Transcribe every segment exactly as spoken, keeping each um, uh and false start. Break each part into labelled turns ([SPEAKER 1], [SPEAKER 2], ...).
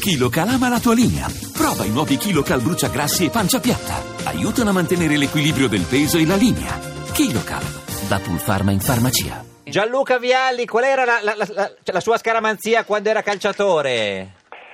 [SPEAKER 1] KiloCal ama la tua linea. Prova i nuovi KiloCal bruciagrassi e pancia piatta. Aiutano a mantenere l'equilibrio del peso e la linea. KiloCal, da Pulpharma in farmacia.
[SPEAKER 2] Gianluca Vialli, qual era la, la, la, la, la sua scaramanzia quando era calciatore?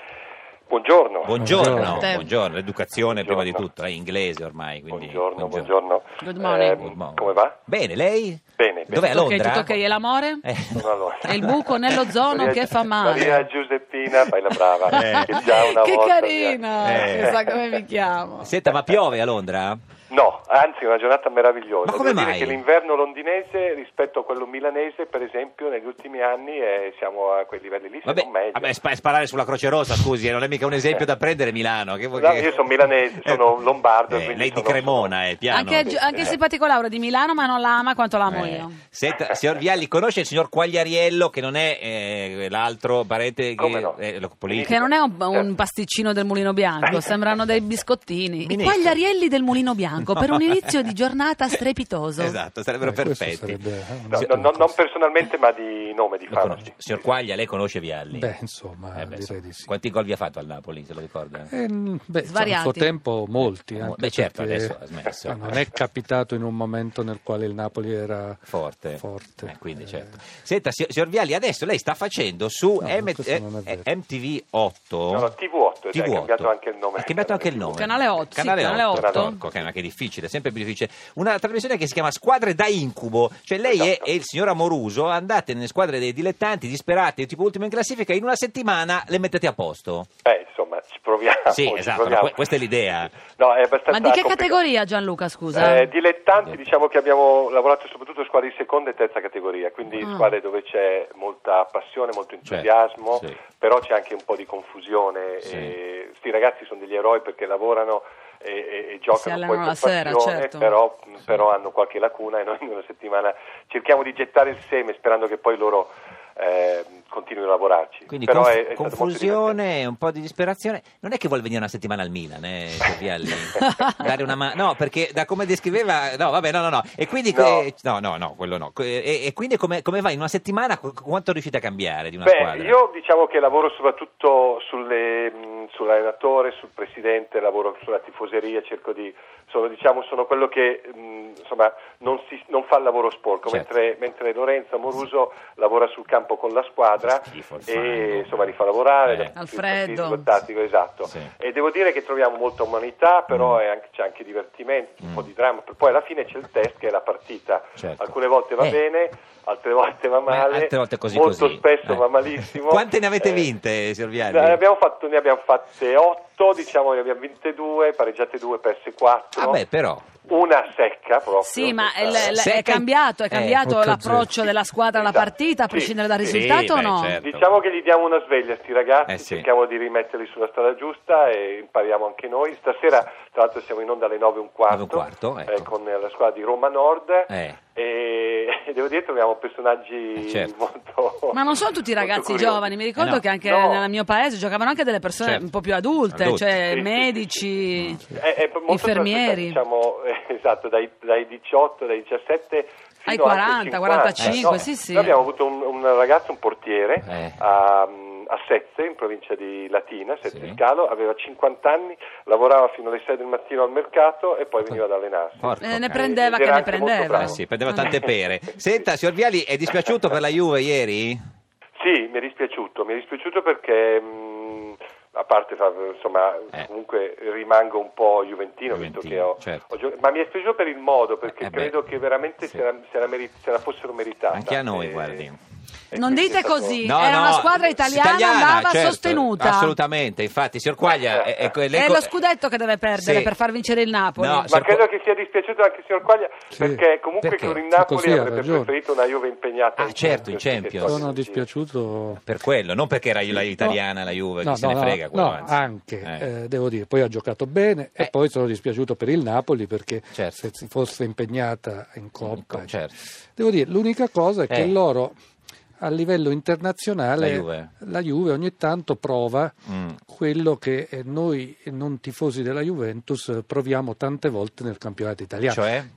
[SPEAKER 3] Buongiorno.
[SPEAKER 2] Buongiorno,
[SPEAKER 4] Buongiorno.
[SPEAKER 2] buongiorno. L'educazione
[SPEAKER 3] Buongiorno.
[SPEAKER 2] prima di tutto, è inglese ormai. Quindi,
[SPEAKER 3] Buongiorno, buongiorno.
[SPEAKER 4] Good morning.
[SPEAKER 3] Eh,
[SPEAKER 2] Good morning.
[SPEAKER 3] Come va?
[SPEAKER 2] Bene, lei?
[SPEAKER 3] Bene, bene.
[SPEAKER 2] Dov'è, a
[SPEAKER 4] Ok,
[SPEAKER 2] Londra?
[SPEAKER 4] tutto ok, e l'amore?
[SPEAKER 2] Eh.
[SPEAKER 3] Sono a Londra.
[SPEAKER 4] E il buco nell'ozono
[SPEAKER 3] Maria-
[SPEAKER 4] che fa male.
[SPEAKER 3] Maria Giuseppina, fai la brava.
[SPEAKER 2] Eh.
[SPEAKER 3] Che già una
[SPEAKER 4] Che
[SPEAKER 3] volta
[SPEAKER 4] carina,
[SPEAKER 2] Eh.
[SPEAKER 4] chissà come mi chiamo.
[SPEAKER 2] Senta, ma piove a Londra?
[SPEAKER 3] mi ha- No, anzi, una giornata meravigliosa.
[SPEAKER 2] Ma come
[SPEAKER 3] Devo
[SPEAKER 2] mai?
[SPEAKER 3] dire che l'inverno londinese rispetto a quello milanese, per esempio, negli ultimi anni eh, siamo a quei livelli lì, se
[SPEAKER 2] Vabbè,
[SPEAKER 3] non meglio.
[SPEAKER 2] vabbè, spa- sparare sulla Croce Rossa, scusi, eh, non è mica un esempio da prendere Milano. Che vuoi
[SPEAKER 3] No,
[SPEAKER 2] che-
[SPEAKER 3] io sono milanese, sono lombardo.
[SPEAKER 2] Eh,
[SPEAKER 3] quindi
[SPEAKER 2] lei di
[SPEAKER 3] sono-
[SPEAKER 2] Cremona, è piano.
[SPEAKER 4] Anche, Gi- anche il simpatico Lauro di Milano, ma non la ama quanto la amo
[SPEAKER 2] Eh.
[SPEAKER 4] io.
[SPEAKER 2] Senta, signor Vialli, conosce il signor Quagliariello, che non è eh, l'altro parente che
[SPEAKER 3] Come no?
[SPEAKER 2] eh, lo- politico?
[SPEAKER 4] Che non è un, un pasticcino del Mulino Bianco, sembrano dei biscottini. I
[SPEAKER 2] Ministro.
[SPEAKER 4] quagliarielli del Mulino Bianco per un inizio di giornata strepitoso.
[SPEAKER 2] Esatto, sarebbero
[SPEAKER 5] Eh, questo
[SPEAKER 2] perfetti.
[SPEAKER 5] sarebbe, eh,
[SPEAKER 3] No,
[SPEAKER 5] una-
[SPEAKER 3] no, no, non personalmente, ma di nome, di
[SPEAKER 2] Lo
[SPEAKER 3] fama.
[SPEAKER 2] conosce. Signor Quaglia, lei conosce Vialli?
[SPEAKER 5] Beh, insomma,
[SPEAKER 2] Eh, beh,
[SPEAKER 5] direi
[SPEAKER 2] insomma.
[SPEAKER 5] di sì.
[SPEAKER 2] Quanti gol vi ha fatto al Napoli, se lo ricorda?
[SPEAKER 5] Eh, n- beh, insomma,
[SPEAKER 4] Svariati.
[SPEAKER 5] a suo tempo molti.
[SPEAKER 2] Eh,
[SPEAKER 5] Anche
[SPEAKER 2] beh, certo,
[SPEAKER 5] perché
[SPEAKER 2] adesso ha smesso.
[SPEAKER 5] non è capitato in un momento nel quale il Napoli era
[SPEAKER 2] Forte.
[SPEAKER 5] forte.
[SPEAKER 2] Eh, quindi,
[SPEAKER 5] Eh,
[SPEAKER 2] certo. Senta, si- signor Vialli, adesso lei sta facendo su
[SPEAKER 5] No,
[SPEAKER 2] M-
[SPEAKER 5] questo non è
[SPEAKER 2] eh,
[SPEAKER 5] vero.
[SPEAKER 2] M T V otto.
[SPEAKER 3] No, no, T V otto, cioè,
[SPEAKER 2] T V
[SPEAKER 3] è cambiato
[SPEAKER 2] otto.
[SPEAKER 3] anche il nome.
[SPEAKER 2] Ha cambiato anche il nome.
[SPEAKER 4] Canale otto, sì,
[SPEAKER 2] Canale
[SPEAKER 4] Canale
[SPEAKER 2] otto.
[SPEAKER 4] otto.
[SPEAKER 2] Porco, che è anche difficile, sempre più difficile. Una trasmissione che si chiama Squadre da incubo. Cioè lei e,
[SPEAKER 3] Esatto.
[SPEAKER 2] e il signor Amoruso andate nelle squadre dei dilettanti, disperati, tipo ultimo in classifica, in una settimana le mettete a posto.
[SPEAKER 3] Beh, insomma, ci proviamo.
[SPEAKER 2] Sì,
[SPEAKER 3] ci
[SPEAKER 2] esatto,
[SPEAKER 3] proviamo.
[SPEAKER 2] no, que- questa è l'idea.
[SPEAKER 3] No, è abbastanza
[SPEAKER 4] Ma di che
[SPEAKER 3] complicato.
[SPEAKER 4] categoria, Gianluca, scusa?
[SPEAKER 3] Eh, dilettanti, diciamo che abbiamo lavorato soprattutto squadre di seconda e terza categoria, quindi
[SPEAKER 4] Ah.
[SPEAKER 3] squadre dove c'è molta passione, molto entusiasmo,
[SPEAKER 2] Certo, sì.
[SPEAKER 3] però c'è anche un po' di confusione.
[SPEAKER 2] Sì.
[SPEAKER 3] E sti ragazzi sono degli eroi perché lavorano e, e- e giocano
[SPEAKER 4] allenano
[SPEAKER 3] poi con
[SPEAKER 4] la sera,
[SPEAKER 3] passione,
[SPEAKER 4] certo.
[SPEAKER 3] però, però hanno qualche lacuna e noi in una settimana cerchiamo di gettare il seme sperando che poi loro eh, continuino a lavorarci.
[SPEAKER 2] Quindi
[SPEAKER 3] Però
[SPEAKER 2] conf-
[SPEAKER 3] è- è stato molto
[SPEAKER 2] confusione, un po' di disperazione. Non è che vuole venire una settimana al Milan, eh, signor Vialli? Dare una ma- no, perché da come descriveva, no, vabbè, no, no, no. E quindi,
[SPEAKER 3] No.
[SPEAKER 2] eh, no, no, no, quello no. E, e quindi come, come va in una settimana? Qu- Quanto riuscite a cambiare di una
[SPEAKER 3] Beh,
[SPEAKER 2] squadra?
[SPEAKER 3] io diciamo che lavoro soprattutto sulle, mh, sull'allenatore, sul presidente, lavoro sulla tifoseria, cerco di sono, diciamo, sono quello che mh, insomma non, si, non fa il lavoro sporco,
[SPEAKER 2] Certo.
[SPEAKER 3] mentre, mentre Lorenzo Amoruso lavora sul campo con la squadra
[SPEAKER 2] Schifo il
[SPEAKER 3] e
[SPEAKER 2] fango.
[SPEAKER 3] insomma li fa lavorare,
[SPEAKER 2] Eh.
[SPEAKER 3] dal punto
[SPEAKER 4] Al
[SPEAKER 3] di vista
[SPEAKER 4] freddo.
[SPEAKER 3] fisico, tattico, esatto.
[SPEAKER 2] Sì.
[SPEAKER 3] E devo dire che troviamo molta umanità, però è anche- c'è anche divertimento, un po' di dramma, poi alla fine c'è il test che è la partita,
[SPEAKER 2] Certo.
[SPEAKER 3] alcune volte va
[SPEAKER 2] Eh.
[SPEAKER 3] bene, altre volte va male,
[SPEAKER 2] altre volte così
[SPEAKER 3] molto
[SPEAKER 2] così.
[SPEAKER 3] spesso
[SPEAKER 2] Eh.
[SPEAKER 3] va malissimo.
[SPEAKER 2] Quante ne avete
[SPEAKER 3] Eh,
[SPEAKER 2] vinte, signor Vialli?
[SPEAKER 3] ne abbiamo, fatto, ne abbiamo fatte otto, diciamo, ne abbiamo vinte due, pareggiate due, perse quattro.
[SPEAKER 2] Vabbè, però.
[SPEAKER 3] Una secca proprio.
[SPEAKER 4] Sì, ma è,
[SPEAKER 3] questa-
[SPEAKER 4] l- l-
[SPEAKER 2] Secca-
[SPEAKER 4] è cambiato, è
[SPEAKER 2] eh,
[SPEAKER 4] cambiato
[SPEAKER 5] otto
[SPEAKER 4] l'approccio della squadra alla
[SPEAKER 3] Esatto.
[SPEAKER 4] partita, a
[SPEAKER 3] Sì.
[SPEAKER 4] prescindere dal
[SPEAKER 2] Sì,
[SPEAKER 4] risultato o
[SPEAKER 2] beh,
[SPEAKER 4] no?
[SPEAKER 2] certo.
[SPEAKER 3] Diciamo che gli diamo una sveglia a sti ragazzi,
[SPEAKER 2] Eh, sì.
[SPEAKER 3] cerchiamo di rimetterli sulla strada giusta e impariamo anche noi. Stasera, tra l'altro, siamo in onda alle nove e un quarto,
[SPEAKER 2] nove e un quarto, ecco.
[SPEAKER 3] eh, con la squadra di Roma Nord
[SPEAKER 2] Eh.
[SPEAKER 3] e, e devo dire troviamo personaggi
[SPEAKER 2] Eh, certo.
[SPEAKER 3] molto
[SPEAKER 4] Ma non sono tutti
[SPEAKER 3] molto
[SPEAKER 4] ragazzi
[SPEAKER 3] curiosi.
[SPEAKER 4] giovani, mi ricordo
[SPEAKER 2] Eh, no.
[SPEAKER 4] che anche
[SPEAKER 3] No.
[SPEAKER 4] nel mio paese giocavano anche delle persone
[SPEAKER 2] Certo.
[SPEAKER 4] un po' più adulte,
[SPEAKER 2] Adulti.
[SPEAKER 4] cioè
[SPEAKER 3] Sì, sì,
[SPEAKER 4] medici.
[SPEAKER 3] È, è molto
[SPEAKER 4] Infermieri.
[SPEAKER 3] trasversale, diciamo, eh, esatto, dai, dai diciotto, dai diciassette
[SPEAKER 4] Ai
[SPEAKER 3] fino anche ai
[SPEAKER 4] quaranta,
[SPEAKER 3] cinquanta.
[SPEAKER 4] quarantacinque,
[SPEAKER 3] No,
[SPEAKER 4] sì, sì.
[SPEAKER 3] Noi abbiamo avuto un, un ragazzo, un portiere
[SPEAKER 2] Eh.
[SPEAKER 3] a, a Sezze, in provincia di Latina, Sezze
[SPEAKER 2] Sì.
[SPEAKER 3] Scalo, aveva cinquanta anni, lavorava fino alle sei del mattino al mercato e poi veniva ad allenarsi.
[SPEAKER 2] Porco
[SPEAKER 4] Eh, ne
[SPEAKER 2] cane.
[SPEAKER 4] prendeva
[SPEAKER 3] Ed
[SPEAKER 4] che
[SPEAKER 3] era
[SPEAKER 4] ne
[SPEAKER 3] anche molto
[SPEAKER 4] prendeva.
[SPEAKER 3] bravo.
[SPEAKER 2] Eh sì, prendeva tante pere. Senta, signor Vialli, è dispiaciuto per la Juve ieri?
[SPEAKER 3] Sì, mi è dispiaciuto, mi è dispiaciuto perché mh, a parte fa- insomma
[SPEAKER 2] Eh.
[SPEAKER 3] comunque rimango un po' juventino, visto
[SPEAKER 2] Juventino,
[SPEAKER 3] che ho,
[SPEAKER 2] certo.
[SPEAKER 3] ho gio- ma mi è dispiaciuto per il modo perché
[SPEAKER 2] Eh, beh.
[SPEAKER 3] credo che veramente
[SPEAKER 2] Sì.
[SPEAKER 3] se, la, se, la meri- se la fossero meritata.
[SPEAKER 2] Anche a noi,
[SPEAKER 3] E-
[SPEAKER 2] guardi.
[SPEAKER 3] e
[SPEAKER 4] Non
[SPEAKER 3] quindi
[SPEAKER 4] dite
[SPEAKER 3] è stato-
[SPEAKER 4] così.
[SPEAKER 2] No,
[SPEAKER 4] Era
[SPEAKER 2] no,
[SPEAKER 4] una squadra italiana, andava
[SPEAKER 2] certo,
[SPEAKER 4] sostenuta.
[SPEAKER 2] Assolutamente, infatti, signor Quaglia... eh, ecco, lei
[SPEAKER 4] È
[SPEAKER 2] co-
[SPEAKER 4] lo scudetto che deve perdere
[SPEAKER 2] Sì.
[SPEAKER 4] per far vincere il Napoli.
[SPEAKER 2] No,
[SPEAKER 3] Ma
[SPEAKER 2] signor
[SPEAKER 3] credo
[SPEAKER 2] Qua-
[SPEAKER 3] che sia dispiaciuto anche il signor Quaglia
[SPEAKER 5] Sì.
[SPEAKER 3] perché comunque
[SPEAKER 2] Perché?
[SPEAKER 3] con il
[SPEAKER 5] Sì,
[SPEAKER 3] Napoli
[SPEAKER 5] così ha
[SPEAKER 3] avrebbe
[SPEAKER 5] ragione.
[SPEAKER 3] preferito una Juve impegnata.
[SPEAKER 2] Ah, certo, in Champions.
[SPEAKER 3] che
[SPEAKER 5] Sono
[SPEAKER 3] toglie-
[SPEAKER 5] dispiaciuto.
[SPEAKER 2] Per quello, non perché era la italiana, la Juve,
[SPEAKER 5] No,
[SPEAKER 2] chi se
[SPEAKER 5] no,
[SPEAKER 2] ne
[SPEAKER 5] no,
[SPEAKER 2] frega. quello,
[SPEAKER 5] no,
[SPEAKER 2] anzi.
[SPEAKER 5] anche,
[SPEAKER 2] Eh.
[SPEAKER 5] eh, devo dire, poi ha giocato bene
[SPEAKER 2] Eh.
[SPEAKER 5] e poi sono dispiaciuto per il Napoli perché
[SPEAKER 2] Certo.
[SPEAKER 5] se si fosse impegnata in Coppa.
[SPEAKER 2] Certo.
[SPEAKER 5] Devo dire, l'unica cosa è che
[SPEAKER 2] Eh.
[SPEAKER 5] loro a livello internazionale
[SPEAKER 2] La Juve.
[SPEAKER 5] la Juve ogni tanto prova
[SPEAKER 2] Mm.
[SPEAKER 5] quello che eh, noi non tifosi della Juventus eh, proviamo tante volte nel campionato italiano.
[SPEAKER 2] Cioè?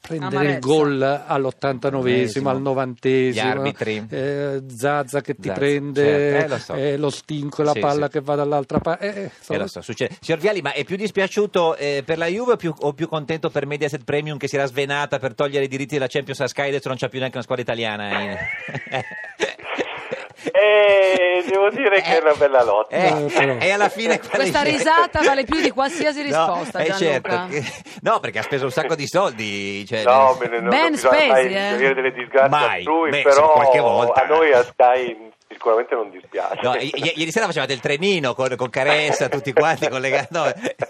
[SPEAKER 5] prendere
[SPEAKER 4] Amarezza.
[SPEAKER 5] il gol all'ottantanovesimo, al
[SPEAKER 2] Gli
[SPEAKER 5] novantesimo,
[SPEAKER 2] arbitri.
[SPEAKER 5] eh, Zaza che ti
[SPEAKER 2] Zaza,
[SPEAKER 5] prende
[SPEAKER 2] certo, eh, lo so.
[SPEAKER 5] eh, lo stinco e la
[SPEAKER 2] Sì,
[SPEAKER 5] palla
[SPEAKER 2] sì.
[SPEAKER 5] che va dall'altra parte. Eh,
[SPEAKER 2] Eh,
[SPEAKER 5] so-
[SPEAKER 2] lo so, succede. Signor Vialli, ma è più dispiaciuto eh, per la Juve o più, o più contento per Mediaset Premium che si era svenata per togliere i diritti della Champions a Sky, adesso non c'è più neanche una squadra italiana? In...
[SPEAKER 3] E devo dire che è una bella lotta.
[SPEAKER 2] Eh,
[SPEAKER 5] però.
[SPEAKER 2] e alla fine quale
[SPEAKER 4] Questa
[SPEAKER 2] sceglie?
[SPEAKER 4] risata vale più di qualsiasi risposta,
[SPEAKER 2] no, eh,
[SPEAKER 4] Gianluca.
[SPEAKER 2] certo che- no, perché ha speso un sacco di soldi. Cioè,
[SPEAKER 3] No, me ne, non,
[SPEAKER 4] Ben
[SPEAKER 3] non bisogna
[SPEAKER 4] spesi,
[SPEAKER 3] mai
[SPEAKER 4] eh.
[SPEAKER 3] avere delle disgrazie
[SPEAKER 2] Mai.
[SPEAKER 3] altrui,
[SPEAKER 2] Beh, sì,
[SPEAKER 3] però
[SPEAKER 2] qualche volta.
[SPEAKER 3] a noi a Sky sicuramente non dispiace.
[SPEAKER 2] No, i- i- ieri sera facevate il trenino con, con Caressa, tutti quanti collegati. No.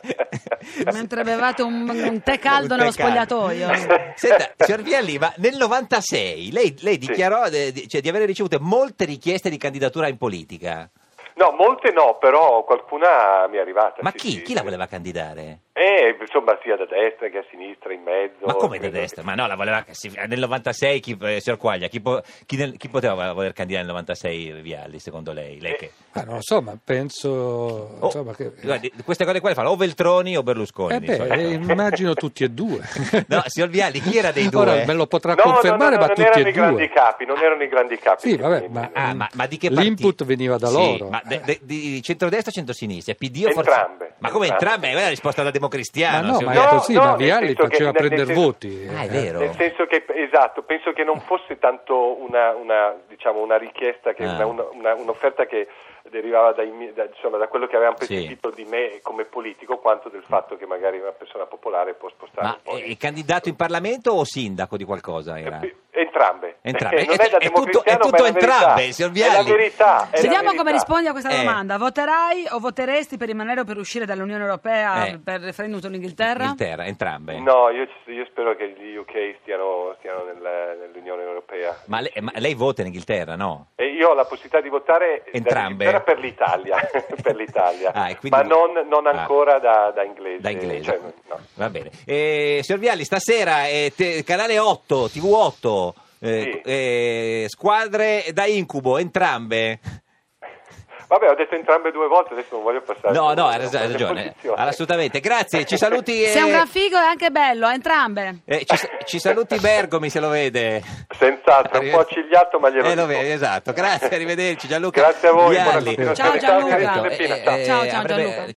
[SPEAKER 4] Mentre bevate un, un tè caldo
[SPEAKER 2] Un
[SPEAKER 4] nello
[SPEAKER 2] tè caldo.
[SPEAKER 4] spogliatoio.
[SPEAKER 2] Senta, signor Vialli, ma nel novantasei lei, lei dichiarò eh, di, cioè, di avere ricevuto molte richieste di candidatura in politica.
[SPEAKER 3] No, molte no, però qualcuna mi è arrivata.
[SPEAKER 2] Ma
[SPEAKER 3] sì,
[SPEAKER 2] chi?
[SPEAKER 3] sì,
[SPEAKER 2] Chi la
[SPEAKER 3] sì.
[SPEAKER 2] voleva candidare?
[SPEAKER 3] Eh, insomma, sia da destra che a sinistra, in mezzo.
[SPEAKER 2] Ma come da
[SPEAKER 3] credo
[SPEAKER 2] destra?
[SPEAKER 3] che-
[SPEAKER 2] Ma no, la voleva sì, nel novantasei, chi, eh, signor Quaglia, chi, po- chi, nel- chi poteva voler candidare nel novantasei Vialli, secondo lei? Lei che...
[SPEAKER 5] Ah, non lo so, ma penso
[SPEAKER 2] Oh,
[SPEAKER 5] insomma, che...
[SPEAKER 2] guardi, queste cose qua le fanno o Veltroni o Berlusconi.
[SPEAKER 5] Eh
[SPEAKER 2] di
[SPEAKER 5] beh,
[SPEAKER 2] solito.
[SPEAKER 5] eh, immagino tutti e due.
[SPEAKER 2] No, signor Vialli, chi era dei due?
[SPEAKER 5] Ora me lo potrà
[SPEAKER 3] No, no,
[SPEAKER 5] confermare,
[SPEAKER 3] no,
[SPEAKER 5] ma
[SPEAKER 3] non
[SPEAKER 5] tutti
[SPEAKER 3] erano
[SPEAKER 5] e
[SPEAKER 3] i grandi
[SPEAKER 5] due.
[SPEAKER 3] capi, non erano i grandi capi.
[SPEAKER 5] Sì,
[SPEAKER 3] che
[SPEAKER 5] vabbè,
[SPEAKER 3] mi-
[SPEAKER 5] ma,
[SPEAKER 2] Ah, ma, ma di che partito?
[SPEAKER 5] l'input veniva da
[SPEAKER 2] Sì,
[SPEAKER 5] loro.
[SPEAKER 2] ma de- de- di centrodestra o centrosinistra? P D o forse...
[SPEAKER 3] Entrambe.
[SPEAKER 2] Ma come entrambe? È la risposta da democristiano.
[SPEAKER 5] Ma no,
[SPEAKER 2] signor
[SPEAKER 5] ma è
[SPEAKER 2] Vialli.
[SPEAKER 5] così,
[SPEAKER 3] No,
[SPEAKER 5] ma
[SPEAKER 3] no, nel
[SPEAKER 5] Vialli
[SPEAKER 3] senso che-
[SPEAKER 5] faceva
[SPEAKER 3] nel- nel
[SPEAKER 5] prendere
[SPEAKER 3] senso-
[SPEAKER 5] voti.
[SPEAKER 2] Ah, è
[SPEAKER 5] eh.
[SPEAKER 2] vero?
[SPEAKER 3] Nel senso che, esatto, penso che non fosse tanto una, una, diciamo, una richiesta, che
[SPEAKER 2] Ah.
[SPEAKER 3] una, una- un'offerta che derivava dai mie- da, insomma, da quello che avevano
[SPEAKER 2] Sì.
[SPEAKER 3] percepito di me come politico, quanto del fatto che magari una persona popolare può spostare
[SPEAKER 2] Ma
[SPEAKER 3] un po'.
[SPEAKER 2] è è candidato in Parlamento o sindaco di qualcosa era?
[SPEAKER 3] Entrambe.
[SPEAKER 2] Entrambe.
[SPEAKER 3] Eh, non
[SPEAKER 2] È-
[SPEAKER 3] è da
[SPEAKER 2] è tutto-
[SPEAKER 3] democristiano,
[SPEAKER 2] è tutto
[SPEAKER 3] ma è la verità.
[SPEAKER 2] entrambe, signor
[SPEAKER 3] È
[SPEAKER 2] Vialli.
[SPEAKER 3] la verità. è la
[SPEAKER 4] Vediamo
[SPEAKER 3] verità.
[SPEAKER 4] come rispondi a questa
[SPEAKER 2] Eh.
[SPEAKER 4] domanda. Voterai o voteresti per rimanere o per uscire dall'Unione Europea
[SPEAKER 2] Eh.
[SPEAKER 4] per il referendum sull'Inghilterra?
[SPEAKER 2] Inghilterra, entrambe.
[SPEAKER 3] No, io, io spero che gli U K stiano, stiano nel- nell'Unione Europea.
[SPEAKER 2] Ma, lei, ma lei vota in Inghilterra, no?
[SPEAKER 3] E io ho la possibilità di votare
[SPEAKER 2] Entrambe?
[SPEAKER 3] dall'Inghilterra per l'Italia, per l'Italia.
[SPEAKER 2] Ah, e quindi-
[SPEAKER 3] ma non, non
[SPEAKER 2] Ah.
[SPEAKER 3] ancora da, da inglese.
[SPEAKER 2] Da inglese.
[SPEAKER 3] Cioè, no.
[SPEAKER 2] Va bene. Eh, signor Vialli, stasera eh, te- canale otto, T V otto, eh,
[SPEAKER 3] Sì.
[SPEAKER 2] eh, squadre da incubo, entrambe.
[SPEAKER 3] Vabbè, ho detto entrambe due volte, adesso non voglio passare.
[SPEAKER 2] No, no,
[SPEAKER 3] con-
[SPEAKER 2] ha ras-
[SPEAKER 3] con
[SPEAKER 2] ha
[SPEAKER 3] le
[SPEAKER 2] ragione.
[SPEAKER 3] posizioni.
[SPEAKER 2] Assolutamente. Grazie, ci saluti. eh,
[SPEAKER 4] Sei un gran figo e anche bello, a entrambe.
[SPEAKER 2] eh, ci, ci saluti Bergomi se lo vede.
[SPEAKER 3] Senz'altro, un po' accigliato, ma glielo
[SPEAKER 2] Eh, lo
[SPEAKER 3] dico.
[SPEAKER 2] vede, esatto. Grazie, arrivederci Gianluca
[SPEAKER 3] Grazie a voi, buona
[SPEAKER 2] Vialli.
[SPEAKER 3] continuazione.
[SPEAKER 4] Ciao, Gianluca.
[SPEAKER 3] Grazie, Peppina, ciao.
[SPEAKER 4] Ciao, ciao,
[SPEAKER 2] avrebbe-
[SPEAKER 4] Gianluca.